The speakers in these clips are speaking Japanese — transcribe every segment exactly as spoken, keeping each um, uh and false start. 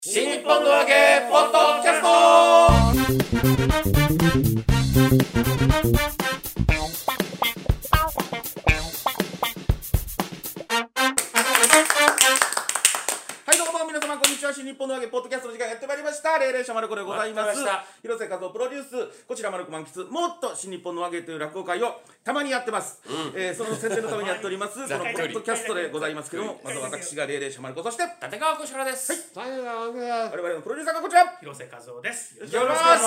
新日本の揚げポッドキャスト。はい、どうも皆様こんにちは。新日本の揚げポッドキャストの時間やってまいりました。霊霊者マルコでございます。広瀬和夫プロデュース、こちらマルコ満喫もっと新日本の揚げという落語会をたまにやってます、うんえー、その宣伝のためにやっておりますこのポッドキャストでございますけども、まず私が霊霊者マルコ、そして立川こしらです。 はい、我々のプロデューサーがこちら広瀬和夫です。 よろしくお願いします。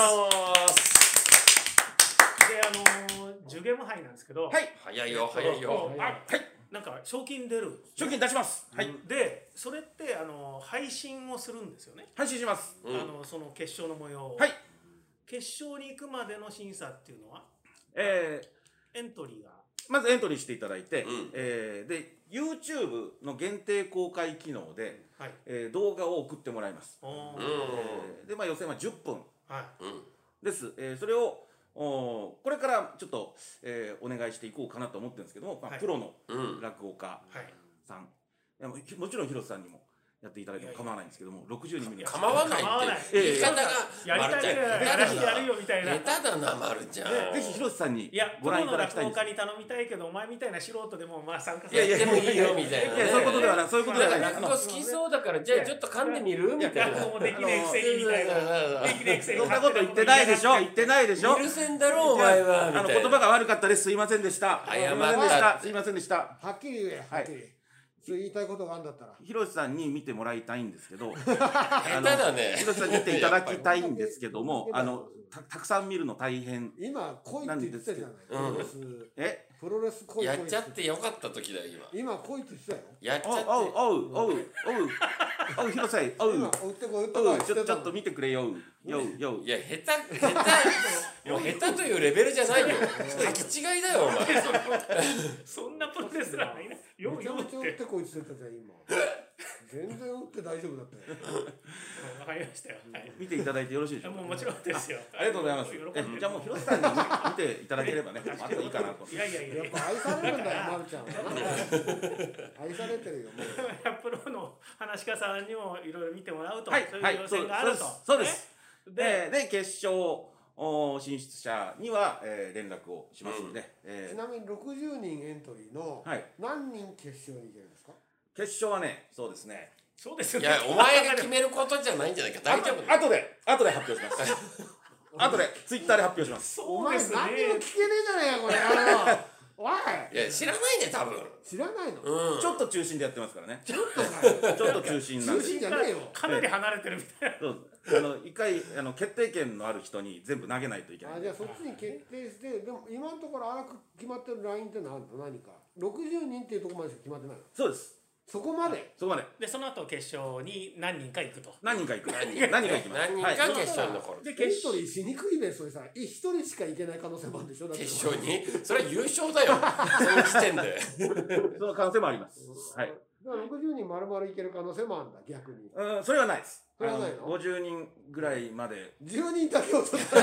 で、あのー、じゅうゲーム杯なんですけど、 はい、 早いよ早いよ。 はい、なんか賞金出る。 賞金出します。はい。 で、それってあの配信をするんですよね。 配信します。 あのその決勝の模様を。 はい。 決勝に行くまでの審査っていうのは、 えー、エントリーがまずエントリーしていただいて、 うん、 えー、で YouTube の限定公開機能で、はいえー、動画を送ってもらいます。えー、でまあ予選はじゅっぷん、 はい、 です。えー、それをおこれからちょっと、えー、お願いしていこうかなと思ってるんですけども、まあはい、プロの落語家さん、うんはい、もちろん広瀬さんにもやっていただいても構わないんですけども、ろくじゅうにん見に構わないって言い方がやりたいからやるよみたいな。 下手だなまるちゃん。 ぜひ広瀬さんにご覧いただきたいんです。 いや、プロの落語家に頼みたいけど、お前みたいな素人でもまあ参加させてもいいよみたいな。 いや、そういうことではない、そういうことではない。 落語好きそうだからじゃあちょっと噛んでみるみたいな。 落語もできねえくせにみたいな。できねえくせに。 そんなこと言ってないでしょ。言ってないでしょ。 許せんだろお前は。 あの言葉が悪かったです。すいませんでした。 謝った。 すいませんでした。 はっきり言え。はっきり。言いたいことがあるんだったら広瀬さんに見てもらいたいんですけど下手だね。 広瀬さんに見ていただきたいんですけどもあの た, たくさん見るの大変今来いって言ってたじゃない、 うん、えプロレス来いやっちゃってよかった時だよ今今来いって言ってたよやっちゃっておうおうおうおうおう広瀬おうおうちょっと見てくれよよよいや下手下手もう下手というレベルじゃないよ履き違いだよお前そんなプロレスラーないなようようって打ってこいつってたじゃん今全然打って大丈夫だったよわかりましたよ、はい、 見ていただいてよろしいでしょうか。 もうもちろんですよ。 ありがとうございます。えじゃあもう広瀬さんに見ていただければねあといいかなと。 いやいやいややっぱ愛されるんだよまるちゃん愛されてるよもうプロの話し家さんにもいろいろ見てもらうと、 はい、 そういう予選があると、 そうです。でで決勝進出者には、えー、連絡をしますので、うんえー、 ちなみにろくじゅうにんエントリーの何人決勝に行けるんですか。 決勝はねそうですねそうですよね。 いやお前が決めることじゃないんじゃないか。大丈夫。 後で後で発表します後でツイッターで発表します。 そうですね。 お前何にも聞けねえじゃねえかこれおいいや知らないね多分知らないの、 うん、ちょっと中心でやってますからねちょっとちょっと中心なんで中心じゃねえよかなり離れてるみたいなそうあの一回あの決定権のある人に全部投げないといけない。 あじゃあそっちに決定してでも今のところ荒く決まってるラインってのはあるの何かろくじゅうにんっていうところまでしか決まってないの。 そうですそこまでそこまででその後決勝に何人か行くと何人か行く何人か行きます何人か決勝に残る。 で決勝にしにくいべそれさ一人しか行けない可能性もあるでしょ。 決勝にそれは優勝だよその時点でその可能性もあります。はいだからろくじゅうにん丸々いける可能性もあるんだ逆に。 うんそれはないです。 それはないのごじゅうにんぐらいまでじゅうにんだけを取った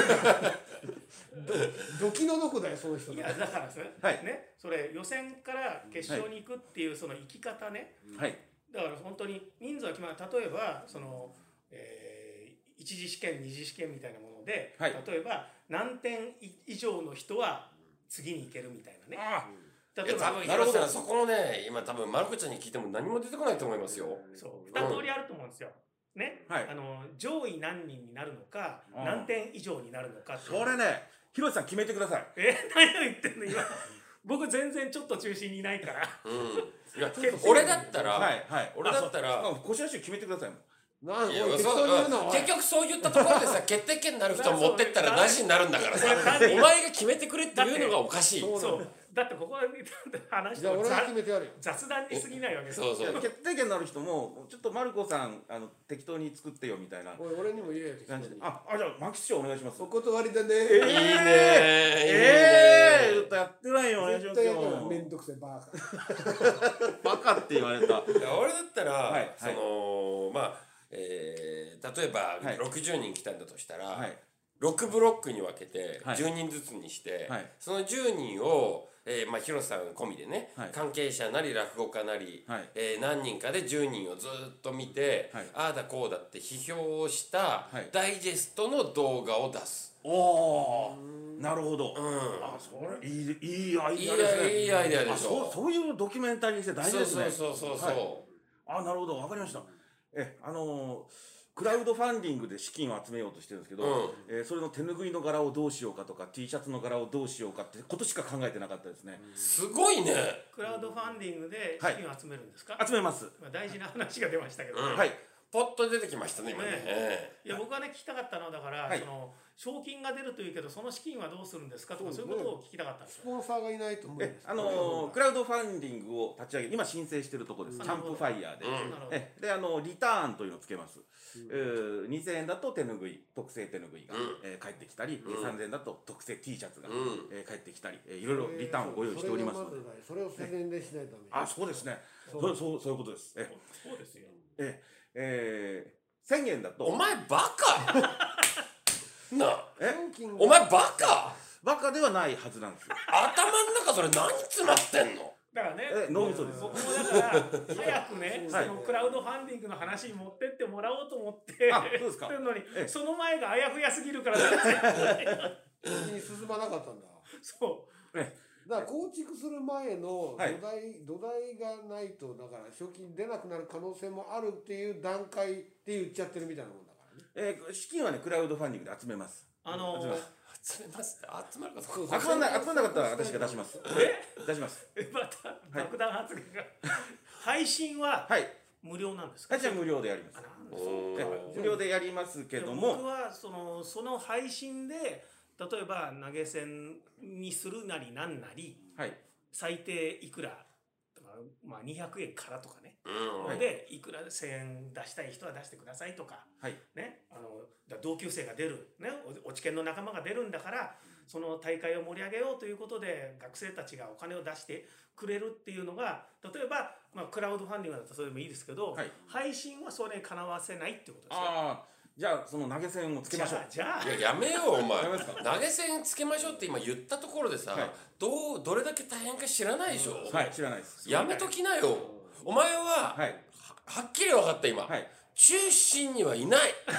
ど気の毒だよその人。 いやだからそれ、はい、ねそれ予選から決勝に行くっていうその行き方ね、 はい、 だから本当に人数は決まる。例えばその、えー、一次試験二次試験みたいなもので、はい、例えば何点以上の人は次に行けるみたいなね。 ああ例えば多分広瀬さんそこのね今多分マルコちゃんに聞いても何も出てこないと思いますよ。 そう二通りあると思うんですよ。ね、はい、あの上位何人になるのか何点以上になるのかってそれね広瀬さん決めてください。 え何を言ってんの今僕全然ちょっと中心にいないから、 うん、いや俺だったら、 はいはい、 俺だったらこちらし決めてくださいもん。 なんいやそう結局そういったところでさ決定権になる人を持ってったらなしになるんだからさお前が決めてくれっていうのがおかしい。 そうだってここで話しても雑談に過ぎないわけです。 そうそう決定権のある人もちょっとマルコさんあの適当に作ってよみたいな俺にも言えよ感じでああじゃあ牧師長お願いします。 お断りだね。 いいねええちょっとやってないよお願いしますよ。 めんどくせえバカバカって言われた。 俺だったらそのまあえー、例えばろくじゅうにん来たんだとしたら、はい、ろくブロックに分けてじゅうにんずつにして、はい、そのじゅうにんをえーまあ、広瀬さん込みでね、 はい関係者なり落語家なり、 はいえー何人かでじゅうにんをずっと見て、 はいああだこうだって批評をしたはいダイジェストの動画を出す。 おおなるほど、 うんあそれいいいいアイいいデアですね。 いいアイデアであしょ。 そうそういうドキュメンタリーにして大事ですね。 そうそうそうそうそう、 はいあなるほどわかりました。えあのークラウドファンディングで資金を集めようとしてるんですけど、 うんえーそれの手拭いの柄をどうしようかとか T シャツの柄をどうしようかってことしか考えてなかったですね。 すごいね。 クラウドファンディングで資金を集めるんですか、 集めます。 まあ、大事な話が出ましたけど、 うんはいポッと出てきましたね今ね。 ねえいや僕はね聞きたかったのはだから、 はいその賞金が出るというけどその資金はどうするんですかとかそですねそうういうことを聞きたかったんですよ。 スポンサーがいないと無理です。 えあのークラウドファンディングを立ち上げ今申請してるところです。 うんキャンプファイヤーで、 うんなるほど。 えであのリターンというのをつけます、えーにせんえんだと手拭い特製手拭いが、 うんえー返ってきたり、 うんさんぜんえんだと特製 T シャツが、 うんえー返ってきたり、えーいろいろリターンをご用意しておりますので、 それがまずないそれを宣伝でしないとダメ。 あそうですねそそううそうそういうことですえそうですよ。 ええーせんえんだとお前バカなあえ賞金がお前バカバカではないはずなんですよ頭の中それ何詰まってんの。 だからね、 え脳みそです僕もだから早くね、 はいそのクラウドファンディングの話に持ってってもらおうと思ってあそうですか言ってるのにええその前があやふやすぎるから全然先に進まなかったんだ。 そえだから構築する前の土はい台、土台がないとだから賞金出なくなる可能性もあるっていう段階って言っちゃってるみたいなもんだからね。 えー資金はねクラウドファンディングで集めますうあの集めます集めますって集まるかどそううか。 集まんない集まんなかったら私が出しますえ出しますまた爆弾発言が、配信ははい無料なんですか？ 配信は無料でやりますあなんだおえー無料でやりますけど僕もはそのその配信で例えば投げ銭にするなりなんなりはい最低いくらとか、まあ、にひゃくえんからとかね、 うんはいでいくらせんえん出したい人は出してくださいとか、 はいね、あのだ同級生が出る、ね、お落研の仲間が出るんだからその大会を盛り上げようということで学生たちがお金を出してくれるっていうのが例えば、まあ、クラウドファンディングだとそれでもいいですけど、 はい配信はそれにかなわせないってことですよ。 ああじゃあその投げ銭をつけましょうじゃあじゃあいややめようお前やめますか投げ銭つけましょうって今言ったところでさ、 はいどうどれだけ大変か知らないでしょ、 はい知らないですやめときなよお前は、 はいはっきり分かった今、 はい中心にはいない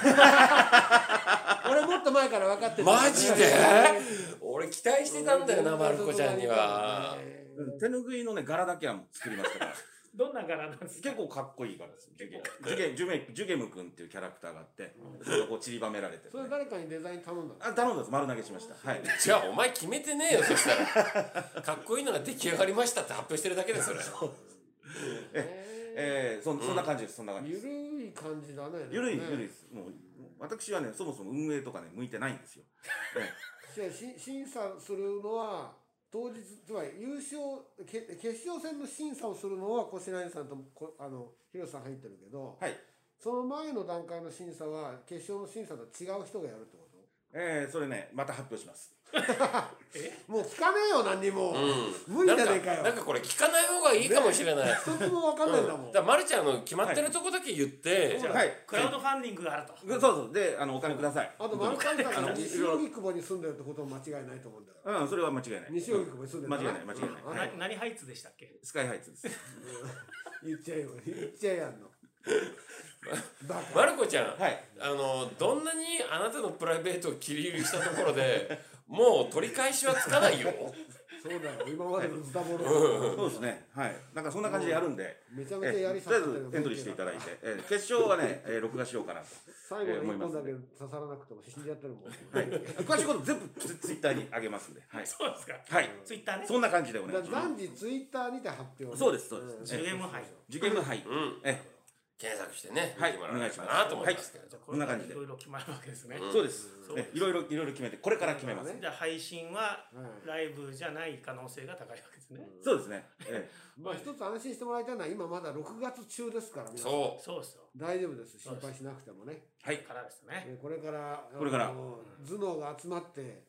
俺もっと前から分かってた。 マジで俺期待してたんだよなまる子ちゃんには。 うん手拭いのね柄だけはもう作りましたからどんな柄なんですか？ 結構かっこいい柄ですジュゲジュゲジュメジュゲム君っていうキャラクターがあってそれがこう散りばめられてるそれ誰かにデザイン頼んだの。 あ頼んだんです丸投げしましたはいじゃあお前決めてねえよそしたらかっこいいのが出来上がりましたって発表してるだけですそれえーそそんな感じですそんな感じゆでするい感じだね。 ゆるいゆるいい。 ですもう私はねそもそも運営とかね向いてないんですよえじゃあし審査するのは当日つまり優勝け決勝戦の審査をするのは越谷さんとこあの広瀬さん入ってるけど、 はいその前の段階の審査は決勝の審査と違う人がやるってこえーそれねまた発表しますと？もう聞かねえよ何にも。 うん無理じゃねえかよ。 なんかなんかこれ聞かない方がいいかもしれない、 一つも分かんないんだもん。 だからまるちゃんの決まってるとこだけ言って、 じゃあ、 はいクラウドファンディングがあると。 そうそうであのお金くださいあと丸川さんあのが西荻窪に住んでるってことも間違いないと思うんだよ。 うんそれは間違いない西荻窪に住んでる間違いない間違いないうんはいな何ハイツでしたっけ？ スカイハイツです言っちゃえよ言っちゃえやんの。バカ。 まる子ちゃん、 はいあのどんなにあなたのプライベートを切り売りしたところでもう取り返しはつかないよそうだよ今までのズタボロ。 そうですねはいなんかそんな感じでやるんでめちゃめちゃやりえーとりあえずエントリーしていただいてえー決勝はねえー録画しようかなと最後の一えー思います本だけ刺さらなくても死んじゃってるもん。 はい詳しいこと全部ツツイッターに上げますんではいそうですか。 はいツイッターね。 そんな感じでお願だいします男児ツイッターにて発表。 そうですそうですジュゲーム杯。 受験のはいうんえ検索してねはい見てもらえればなと思いますけど、 じゃあこんな感じでいろいろ決まるわけですね。 うんそうですそうねいろいろいろいろ決めてこれから決めますねじゃあ配信ははいライブじゃない可能性が高いわけですね。 そうですねえまあ一つ安心してもらいたいのは今まだろくがつ中ですから皆さんそそうですよ。 大丈夫です心配しなくてもね。 はいからですね。 えこれからこれからあの頭脳が集まって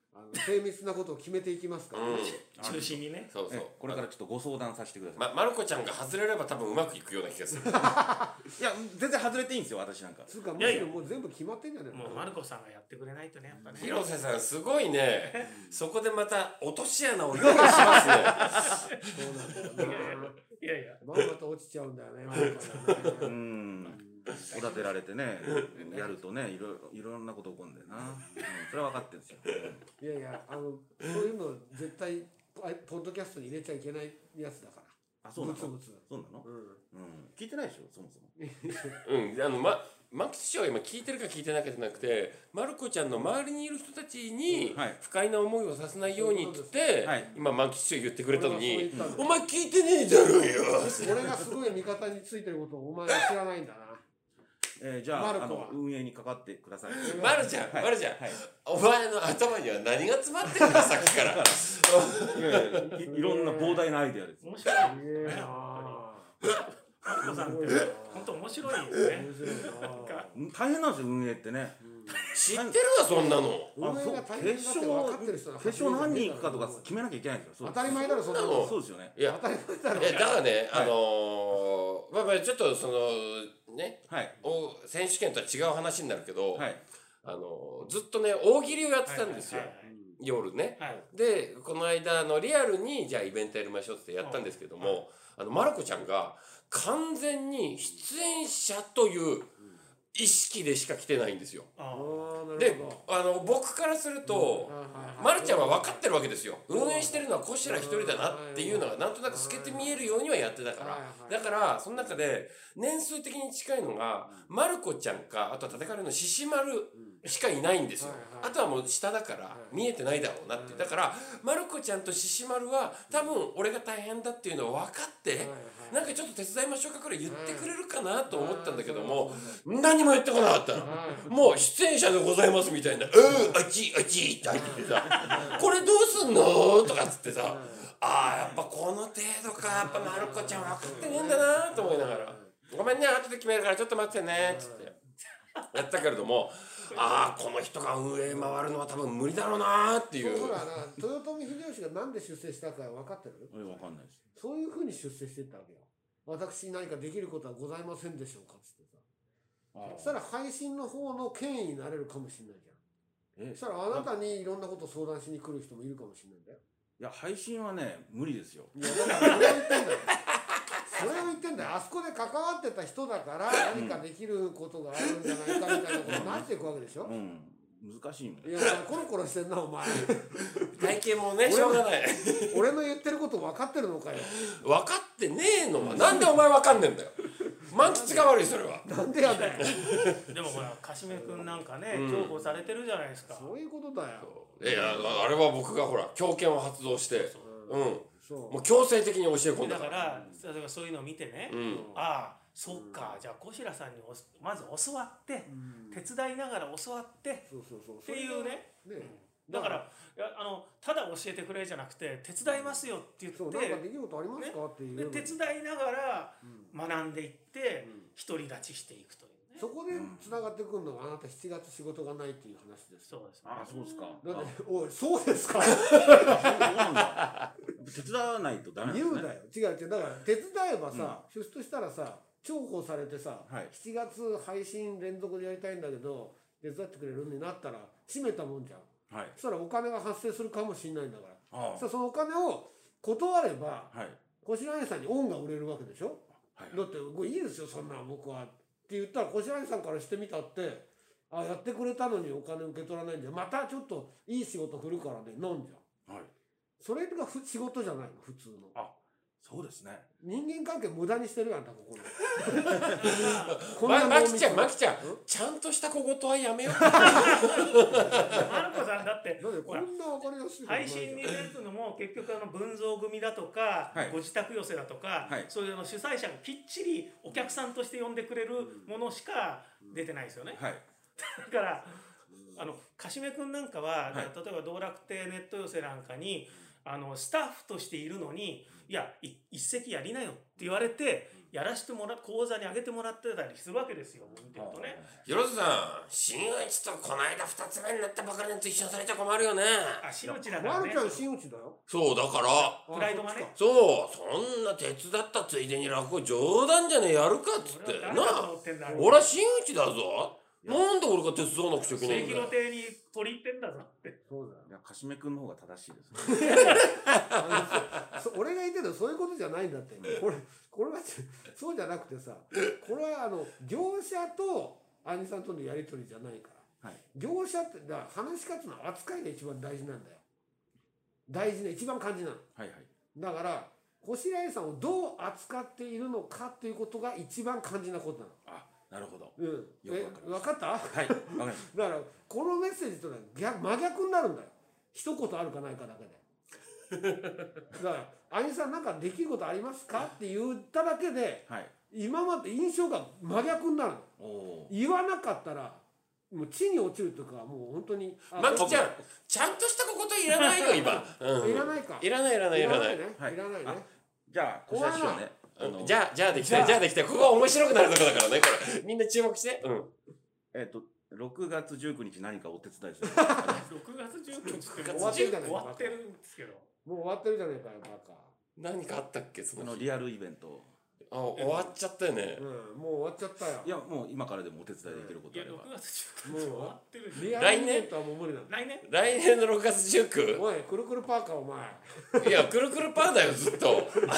あの精密なことを決めていきますからね、 中心にね。 そうそう。 これからちょっとご相談させてください。 ま、まる子ちゃんが外れれば多分うまくいくような気がする。 いや全然外れていいんですよ私なんか。 つうかむしろもう全部決まってんじゃないのもうマルコさんがやってくれないとね、やっぱね。 広瀬さんすごいね。そこでまた落とし穴を用意しますね。 そうなんだよな。 いやいや。 まあまた落ちちゃうんだよね。 うん。おだてられてね、やるとね、いろいろんなこと起こるんだよな。うん、それは分かってるんですよ。 いやいや、あのそういうの絶対ポッドキャストに入れちゃいけないやつだから。 あ、そうなの？ ブツブツ。 そうなの？うん。うん。聞いてないでしょ、そもそも。 うん、あのまマキ師匠は今聞いてるか聞いてないかじゃなくて、まる子ちゃんの周りにいる人たちに不快な思いをさせないようにって言って、はい、今マキ師匠言ってくれたのに、お前聞いてねえだろうよ。 俺がすごい味方についてることをお前は知らないんだな。 えー、じゃあ、あの運営にかかってください。 まるちゃん、まるちゃん、お前の頭には何が詰まってるんださっきから。 いやいや、いろんな膨大なアイデアです。 面白い。マルコさんって本当面白いですね。 大変なんですよ運営ってね。 知ってるわそんなの。 運営が大変だって分かってる人。 決勝何人行くかとか決めなきゃいけないんですよ。 当たり前だろそんなの。 そうですよね。 いや当たり前だろ。 だからね、あのまあまあちょっとそのね、お選手権とは違う話になるけど、あのずっとね大喜利をやってたんですよ。夜ね。でこの間のリアルにじゃあイベントやりましょうってやったんですけども、あのまる子ちゃんが完全に出演者という意識でしか来てないんですよ。で、あの僕からすると、まるちゃんは分かってるわけですよ。運営してるのはこしら一人だなっていうのがなんとなく透けて見えるようにはやってたから。だからその中で年数的に近いのがまる子ちゃんか、あとは立川の獅子丸しかいないんですよ。あとはもう下だから見えてないだろうなって。だからまる子ちゃんと獅子丸は多分俺が大変だっていうのを分かってなんかちょっと手伝いましょうかくらい言ってくれるかなと思ったんだけども、何も言ってこなかったの。もう出演者でございますみたいな、うんあっちあっちって入ってきてさ、これどうすんのとかっつってさ、ああやっぱこの程度か、やっぱまる子ちゃん分かってねえんだなと思いながら、ごめんね後で決めるからちょっと待ってねっつってやったけれども、ああこの人が運営回るのは多分無理だろうなっていう。 ほらな、豊臣秀吉がなんで出世したか分かってる？ 分かんないです。 そういうふうに出世していったわけよ。私に何かできることはございませんでしょうかっつってさ。そしたら配信の方の権威になれるかもしれないじゃん。そしたらあなたにいろんなことを相談しに来る人もいるかもしれないんだよ。 いや配信はね無理ですよ。 いやだからそれを言ってんだよ。それを言ってんだよ。あそこで関わってた人だから何かできることがあるんじゃないかみたいなことになっていくわけでしょ。うん、難しいもん。いやコロコロしてんなお前。 体験もねしょうがない。 俺の言ってること分かってるのかよ。 分かってねえのはなんでお前分かんねえんだよ。満喫が悪いそれは。 なんでやねん。でもほらかしめくんなんかね重宝されてるじゃないですか。 そういうことだよ。 いやあれは僕がほら強権を発動して、うん。もう強制的に教え込んだから。だから例えばそういうのを見てね、ああそっかじゃあ小白さんにまず教わって手伝いながら教わってっていうね。だからあのただ教えてくれじゃなくて手伝いますよって言って、 そうなんかできることありますかっていう。 で手伝いながら学んでいって独り立ちしていくという。 そこで繋がってくるのがあなたしちがつ仕事がないっていう話です。 そうです。 ああそうですか。 だっておいそうですか。 手伝わないとダメ。 言うだよ。違う違うだから手伝えばさ、ひょっとしたらさ重宝されてさ、しちがつ配信連続でやりたいんだけど手伝ってくれるになったら閉めたもんじゃん。はい。そしたらお金が発生するかもしれないんだから。そのお金を断れば、こしらえさんに恩が売れるわけでしょ。だってこれいいですよそんな僕は。って言ったらこしらえさんからしてみたってあやってくれたのにお金受け取らないんじゃまたちょっといい仕事振るからね飲んじゃう、はい、それがふ仕事じゃないの普通の。あそうですね。 人間関係無駄にしてるやんたここのままきちゃんまきちゃんちゃんとした小言はやめよう。 マルコさんだってこんな分かりやすい配信に出るのも結局あの文蔵組だとか、はい、ご自宅寄せだとか、はい、そういうの主催者がきっちりお客さんとして呼んでくれるものしか出てないですよね。はい、だからあのかしめくんなんかは、はい、例えば道楽亭ネット寄せなんかにあのスタッフとしているのに、いや一席やりなよって言われてやらしてもら講座に上げてもらってたりするわけですよ。見てるとね。 広瀬さん、真打ちとこの間ふたつめになったばかりのやつ一緒にされちゃ困るよね。 あ、真打ちだからね。 まるちゃん真打ちだよ。 そうだから。 プライドがね。 そう、そんな手伝ったついでに落語冗談じゃねえやるかっつってな。俺は真打ちだぞ。なんで俺が手伝わなくちゃいけないんだよ。 末広亭に取り入ってんだぞって。 そうだよ。いや、かしめ君の方が正しいですね。 俺が言ってるのそういうことじゃないんだって。これこれはそうじゃなくてさ、これはあの業者と兄さんとのやり取りじゃないから。はい、業者ってだから話し方の扱いが一番大事なんだよ。大事な一番肝心なの。はいはい。だからこしらえさんをどう扱っているのかっていうことが一番肝心なことなの。 あ、なるほど。 うん。え、分かった？はい。 分かりました。 だからこのメッセージというのは逆真逆になるんだよ。一言あるかないかだけで。だから兄さんなんかできることありますかって言っただけで、はい、今まで印象が真逆になるの。言わなかったらもう地に落ちるとかもう本当に。 マキちゃん、ちゃんとしたこといらないよ今。 うん、いらないか。 いらないいらないいらない。 いらないね。 じゃあこれはね。 じゃあじゃあできたじゃあできた。ここは面白くなるとこだからねこれ。みんな注目して。うん。 えっと。ろくがつじゅうくにち何かお手伝いする。 ろくがつじゅうくにちって終わってるじゃない終わってるんですけど。 もう終わってるじゃないかよバカ。 何かあったっけそのリアルイベント。 あ、終わっちゃったよね。 うん、もう終わっちゃったよ。 いやもう今からでもお手伝いできることあれば。 いやろくがつじゅうくにち終わってる。 リアルイベントはもう無理なの。 来年？ 来年のろくがつじゅうく？ おいくるくるパーカーお前。 いやくるくるパーだよずっと。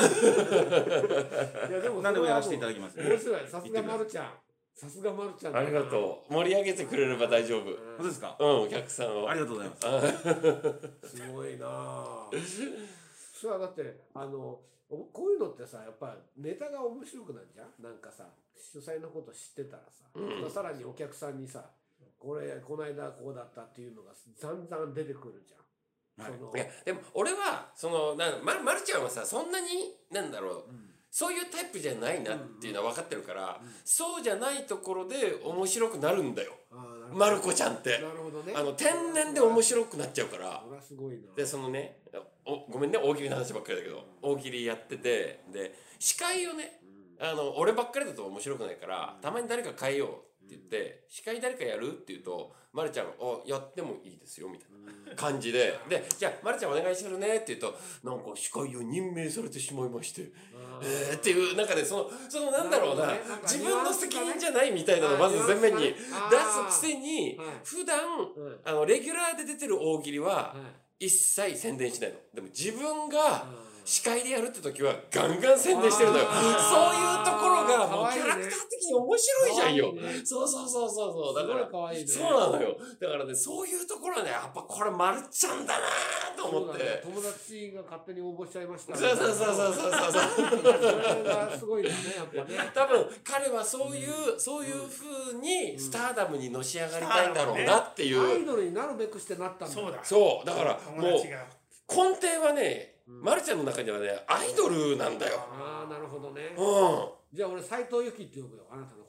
いやでも何でもやらせていただきます。 面白い。さすがまるちゃん。さすがまるちゃん。 ありがとう。盛り上げてくれれば大丈夫。 本当ですか？ うん、お客さんを。 ありがとうございます。 すごいなあ。それはだってあのこういうのってさやっぱネタが面白くなるじゃん。なんかさ主催のこと知ってたらさ、うん、さらにお客さんにさこれこの間こうだったっていうのがざんざん出てくるじゃん。はい、 いやでも俺はそのなままるちゃんはさそんなになんだろう。うんそういうタイプじゃないなっていうのは分かってるから、うんうん、そうじゃないところで面白くなるんだよ、うん、まる子ちゃんって。 なるほどね。 あの天然で面白くなっちゃうから。 それはすごいな。 でそのねおごめんね大喜利の話ばっかりだけど、うん、大喜利やっててで司会をね、うん、あの俺ばっかりだと面白くないから、うん、たまに誰か変えようって言って、うん、司会誰かやるって言うとまるちゃんが「やってもいいですよ」みたいな感じで、うん、で「じゃあまるちゃんお願いするね」って言うとなんか司会を任命されてしまいまして、えーっていう中でそのそのなんだろうな、ね、自分の責任じゃないみたいなのをまず前面に出すくせに普段あのレギュラーで出てる大喜利は一切宣伝しないの。でも自分が司会でやるって時はガンガン宣伝してるのよ。そういうところがもうキャラクター的に面白いじゃんよ。そうそうそうそうそう。だからそうなのよ。だからねそういうところねやっぱこれまるちゃんだなと思って。 友達が勝手に応募しちゃいました。 そうそうそうそうそうそう。 それがすごいですねやっぱね。 多分彼はそういうそういう風にスターダムにのし上がりたいんだろうなっていう。 アイドルになるべくしてなったんだ。 そうだ。 そうだからもう根底はね。まるちゃんの中にはねアイドルなんだよ。 ああなるほどね。 うん。 じゃあ俺斉藤由貴って呼ぶよあなたのこと。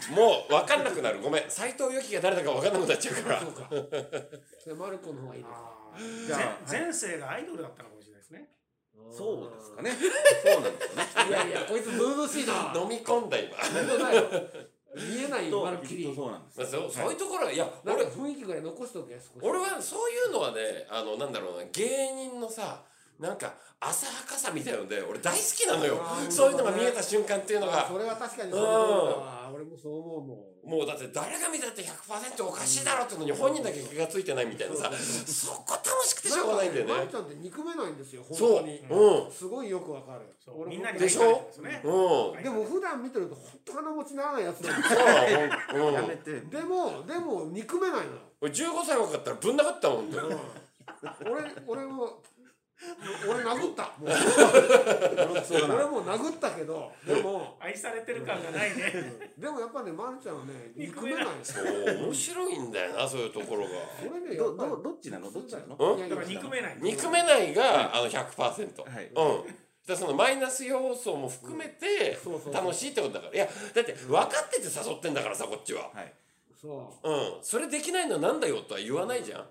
もう分かんなくなるごめん斉藤由貴が誰だか分かんなくなっちゃうから。 そうか。それマルコの方がいいです。 じゃあ前世がアイドルだったのかもしれないですね。 そうですかね。そうなんですね。 いやいやこいつずうずしいな。 飲み込んだ今。 見えないよまるっきり。 そうなんです。 そうそういうところいや俺雰囲気ぐらい残しとけ。 俺はそういうのはねあのなんだろうな芸人のさ。なんか浅はかさみたいなので俺大好きなのよ。そういうのが見えた瞬間っていうのがそれは確かにそうだわ。俺もそう思うもん。もうだって誰が見たって ひゃくパーセント おかしいだろってのに本人だけ気がついてないみたいなさそこ楽しくてしょうがないんだよね。 まるちゃんって憎めないんですよ本当に。 そうすごいよくわかる。 みんなにでしょ。 うん。でも普段見てると本当鼻持ちならないやつなんですよ。 やめて。 でもでも憎めないのよ。 俺じゅうごさい若かったらぶんなかったもん。 俺俺も俺殴ったもう俺も殴ったけどでも愛されてる感がないね。 でもやっぱねまるちゃんはね憎めない。 そう面白いんだよなそういうところが。 それねどどどっちなのどっちなの？ だから憎めない。 憎めないがあの ひゃくパーセント。はい。うん。だそのマイナス要素も含めて楽しいってことだから。いやだって分かってて誘ってんだからさこっちは。はい。 そう。 うん。それできないのなんだよとは言わないじゃん。はい。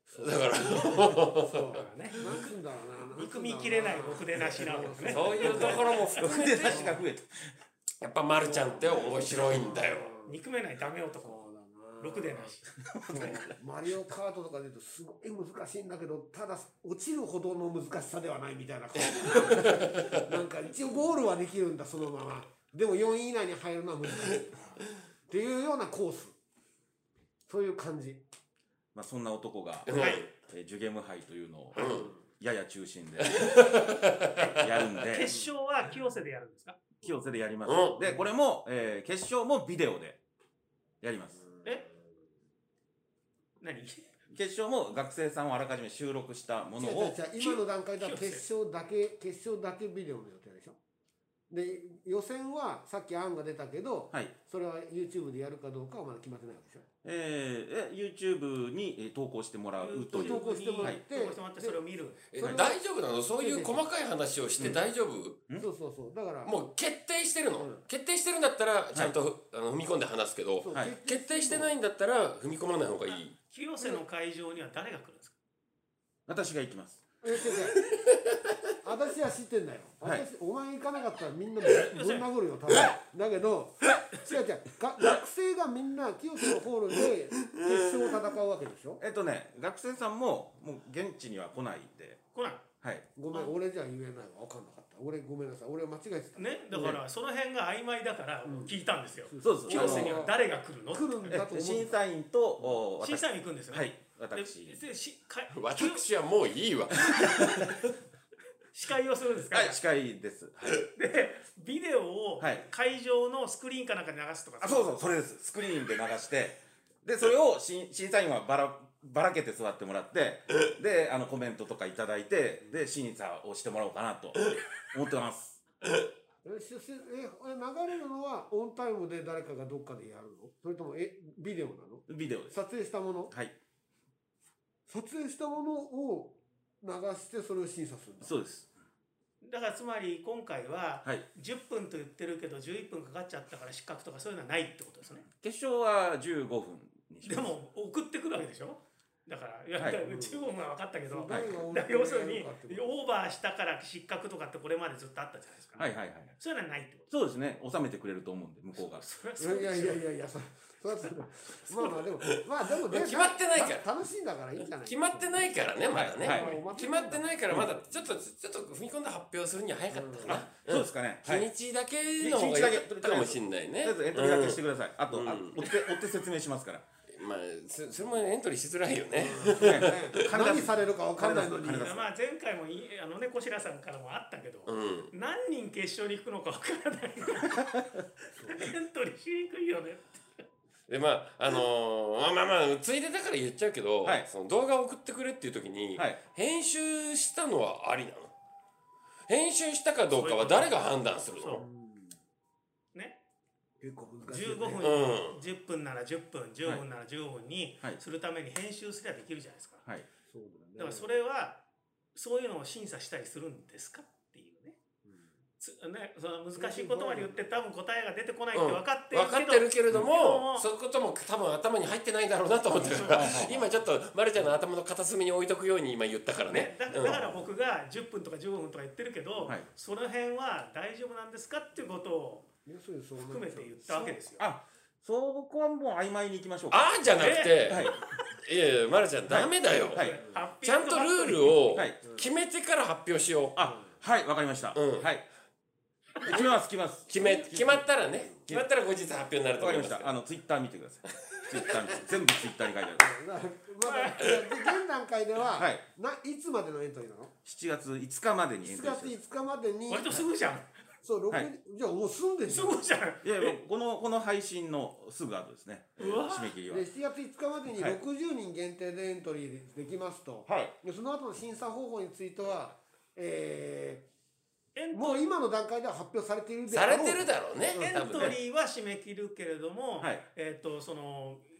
だからそうだね。 なんつうんだろうな。 憎みきれない僕でなしなのね。 そういうところも含めてなしが増えた。 やっぱまるちゃんって面白いんだよ。 憎めないダメ男。ろくでなし。 マリオカートとかで言うとすごい難しいんだけど、ただ落ちるほどの難しさではないみたいな感じ。なんか一応ゴールはできるんだそのまま。でもよんい以内に入るのは難しい。っていうようなコース。そういう感じ。 まあそんな男が、はい、えー、ジュゲム杯というのを、うん、やや中心でやるんで。 決勝は清瀬でやるんですか？ 清瀬でやります。うん、でこれも、えー、決勝もビデオでやります。 え？何？ 決勝も学生さんをあらかじめ収録したものを。 今の段階では決勝だけ決勝だけビデオの予定でしょ。で予選はさっき案が出たけど、はい、それは YouTube でやるかどうかはまだ決まってないわけでしょ。 えー、YouTube に投稿してもらうという。 投稿してもらって、投稿してもらってそれを見る。 え、大丈夫なの？そういう細かい話をして大丈夫？ うん、そうそうそう。だからもう決定してるの？うん、決定してるんだったらちゃんと、はい、あの踏み込んで話すけど、はい、決定してないんだったら踏み込まない方がいい。 清瀬の会場には誰が来るんですか？ 私が行きます。 え、違う違う。私は知ってんだよ。私、はい、お前行かなかったらみんなぶん殴るよ、多分。だけど、違う違う。が学生がみんな清瀬のホールで決勝を戦うわけでしょ。 えっとね、学生さんももう現地には来ないで。 来ない。 はい。 ごめん、俺じゃ言えないわ。分かんなかった。俺ごめんなさい。俺は間違えてた。 ね、だからその辺が曖昧だから聞いたんですよ。 そうです。 清瀬には誰が来るの？ 来るんだと思う。 審査員と審査員行くんですよね。 はい。私。 私はもういいわ。 司会をするんですか？ はい、司会です。はい、 で、ビデオを会場のスクリーンかなんかで流すとか。 あ、そうそう、それです。スクリーンで流して、で、それを審査員はばらばらけて座ってもらって、で、あのコメントとかいただいて、で審査をしてもらおうかなと思ってます。 え、え、流れるのはオンタイムで誰かがどっかでやるの？それともえビデオなの？ ビデオです。 撮影したもの？ はい。 撮影したものを流してそれを審査するんだ。 そうです。 だからつまり今回はじゅっぷんと言ってるけどじゅういっぷんかかっちゃったから失格とかそういうのはないってことですね。 決勝はじゅうごふんにします。 でも送ってくるわけでしょ。だからいや、はい、じゅうごふんは分かったけど、はい、要するにオーバーしたから失格とかってこれまでずっとあったじゃないですか。 はいはいはい。 そういうのはないってこと。 そうですね。収めてくれると思うんで向こうが。 いやいやいやいやそそうまあまあでもまあでもね決まってないから楽しいんだからいいんじゃない。 決まってないからねまだね、はいはい、決まってないからまだちょっとちょっと踏み込んで発表するには早かったかな、 うん、そうですかね。 日にちだけの方がいいかもしれないね。 とりあえずエントリーだけしてください、うん、あと、うん、あ追って追って説明しますから。 まあそれもエントリーしづらいよね。 何されるか分かんないのに。 まあ前回もあのね小白さんからもあったけど、うん、何人決勝に行くのか分からない。エントリーしにくいよねって。 でまああのー、まあまあついでだから言っちゃうけど、はい、その動画を送ってくれっていう時に、はい、編集したのはありなの？編集したかどうかは誰が判断するの？ね。 結構難しい、ね。 じゅうごふん、うん、じゅっぷんならじゅっぷん、じゅうごふんならじゅうごふんにするために編集すればできるじゃないですか。はい。そうだね。だからそれはそういうのを審査したりするんですかっていうね。ね、その難しい言葉に言って多分答えが出てこないって分かってるけど、うん、分かってるけれども、そういうことも多分頭に入ってないんだろうなと思ってるから今ちょっとまるちゃんの頭の片隅に置いとくように今言ったからね。だから、だから僕がじゅっぷんとかじゅうごふんとか言ってるけど、はい、その辺は大丈夫なんですかっていうことを含めて言ったわけですよ。 あ、そこはもう曖昧にいきましょうか。 ああじゃなくて、はい、いやいやまるちゃんダメだよ、はいはい、ちゃんとルールを決めてから発表しよう。 あ、はいわかりました、うん、はい決めます決めます決め決まったらね決まったら後日発表になると思います。 わかりました。あのツイッター見てください。ツイッター全部ツイッターに書いてある。 まだ現段階では、はい、ないつまでのエントリーなの？ しちがついつかまでにエントリーしてます。 しちがついつかまでに。 割とすぐじゃん。 そう、はい、じゃあもう済んでるすぐじゃん。 いやいやこのこの配信のすぐ後ですね。締め切りは。 でしちがついつかまでにろくじゅうにん限定でエントリーできますと。はい。でその後の審査方法については、えー。もう今の段階では発表されているであろう。されてるだろうね。 エントリーは締め切るけれども、はい、えっとその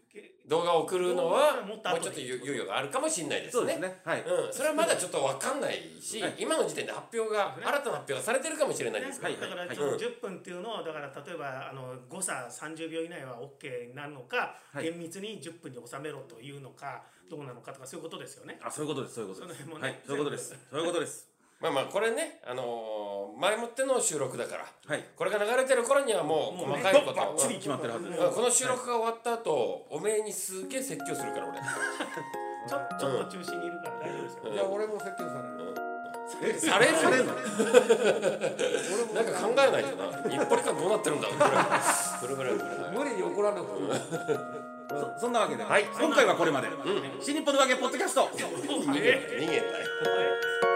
動画を送るのはもうちょっと猶予があるかもしれないですね。 そうですね。はい。 うん、それはまだちょっと分かんないし、はい、今の時点で発表が、新たな発表がされてるかもしれないですから、 ね、だからちょっとじゅっぷんっていうのをだから例えばあの誤差さんじゅうびょう以内は OK になるのか、はい、厳密にじゅっぷんに収めろというのかどうなのかとかそういうことですよね。 あ、そういうことです。そういうことです。その辺もね、はい、そういうことです。そういうことです。 まあまあこれね、あのー、前もっての収録だから、はい、これが流れてる頃にはもう細かいこと、 バッチリ決まってるはずです。 この収録が終わった後、おめえにすげえ説教するから俺。 ちょちょっと中心にいるから大丈夫ですよ。 じゃあ俺も説教される。 え、される？されるの？なんか考えないとな。日暮里感どうなってるんだ。これぐらい。 無理に怒らなくても。 そ, そんなわけで、はい、今回はこれまで。うん、新日本のわけポッドキャスト。 逃げたよ。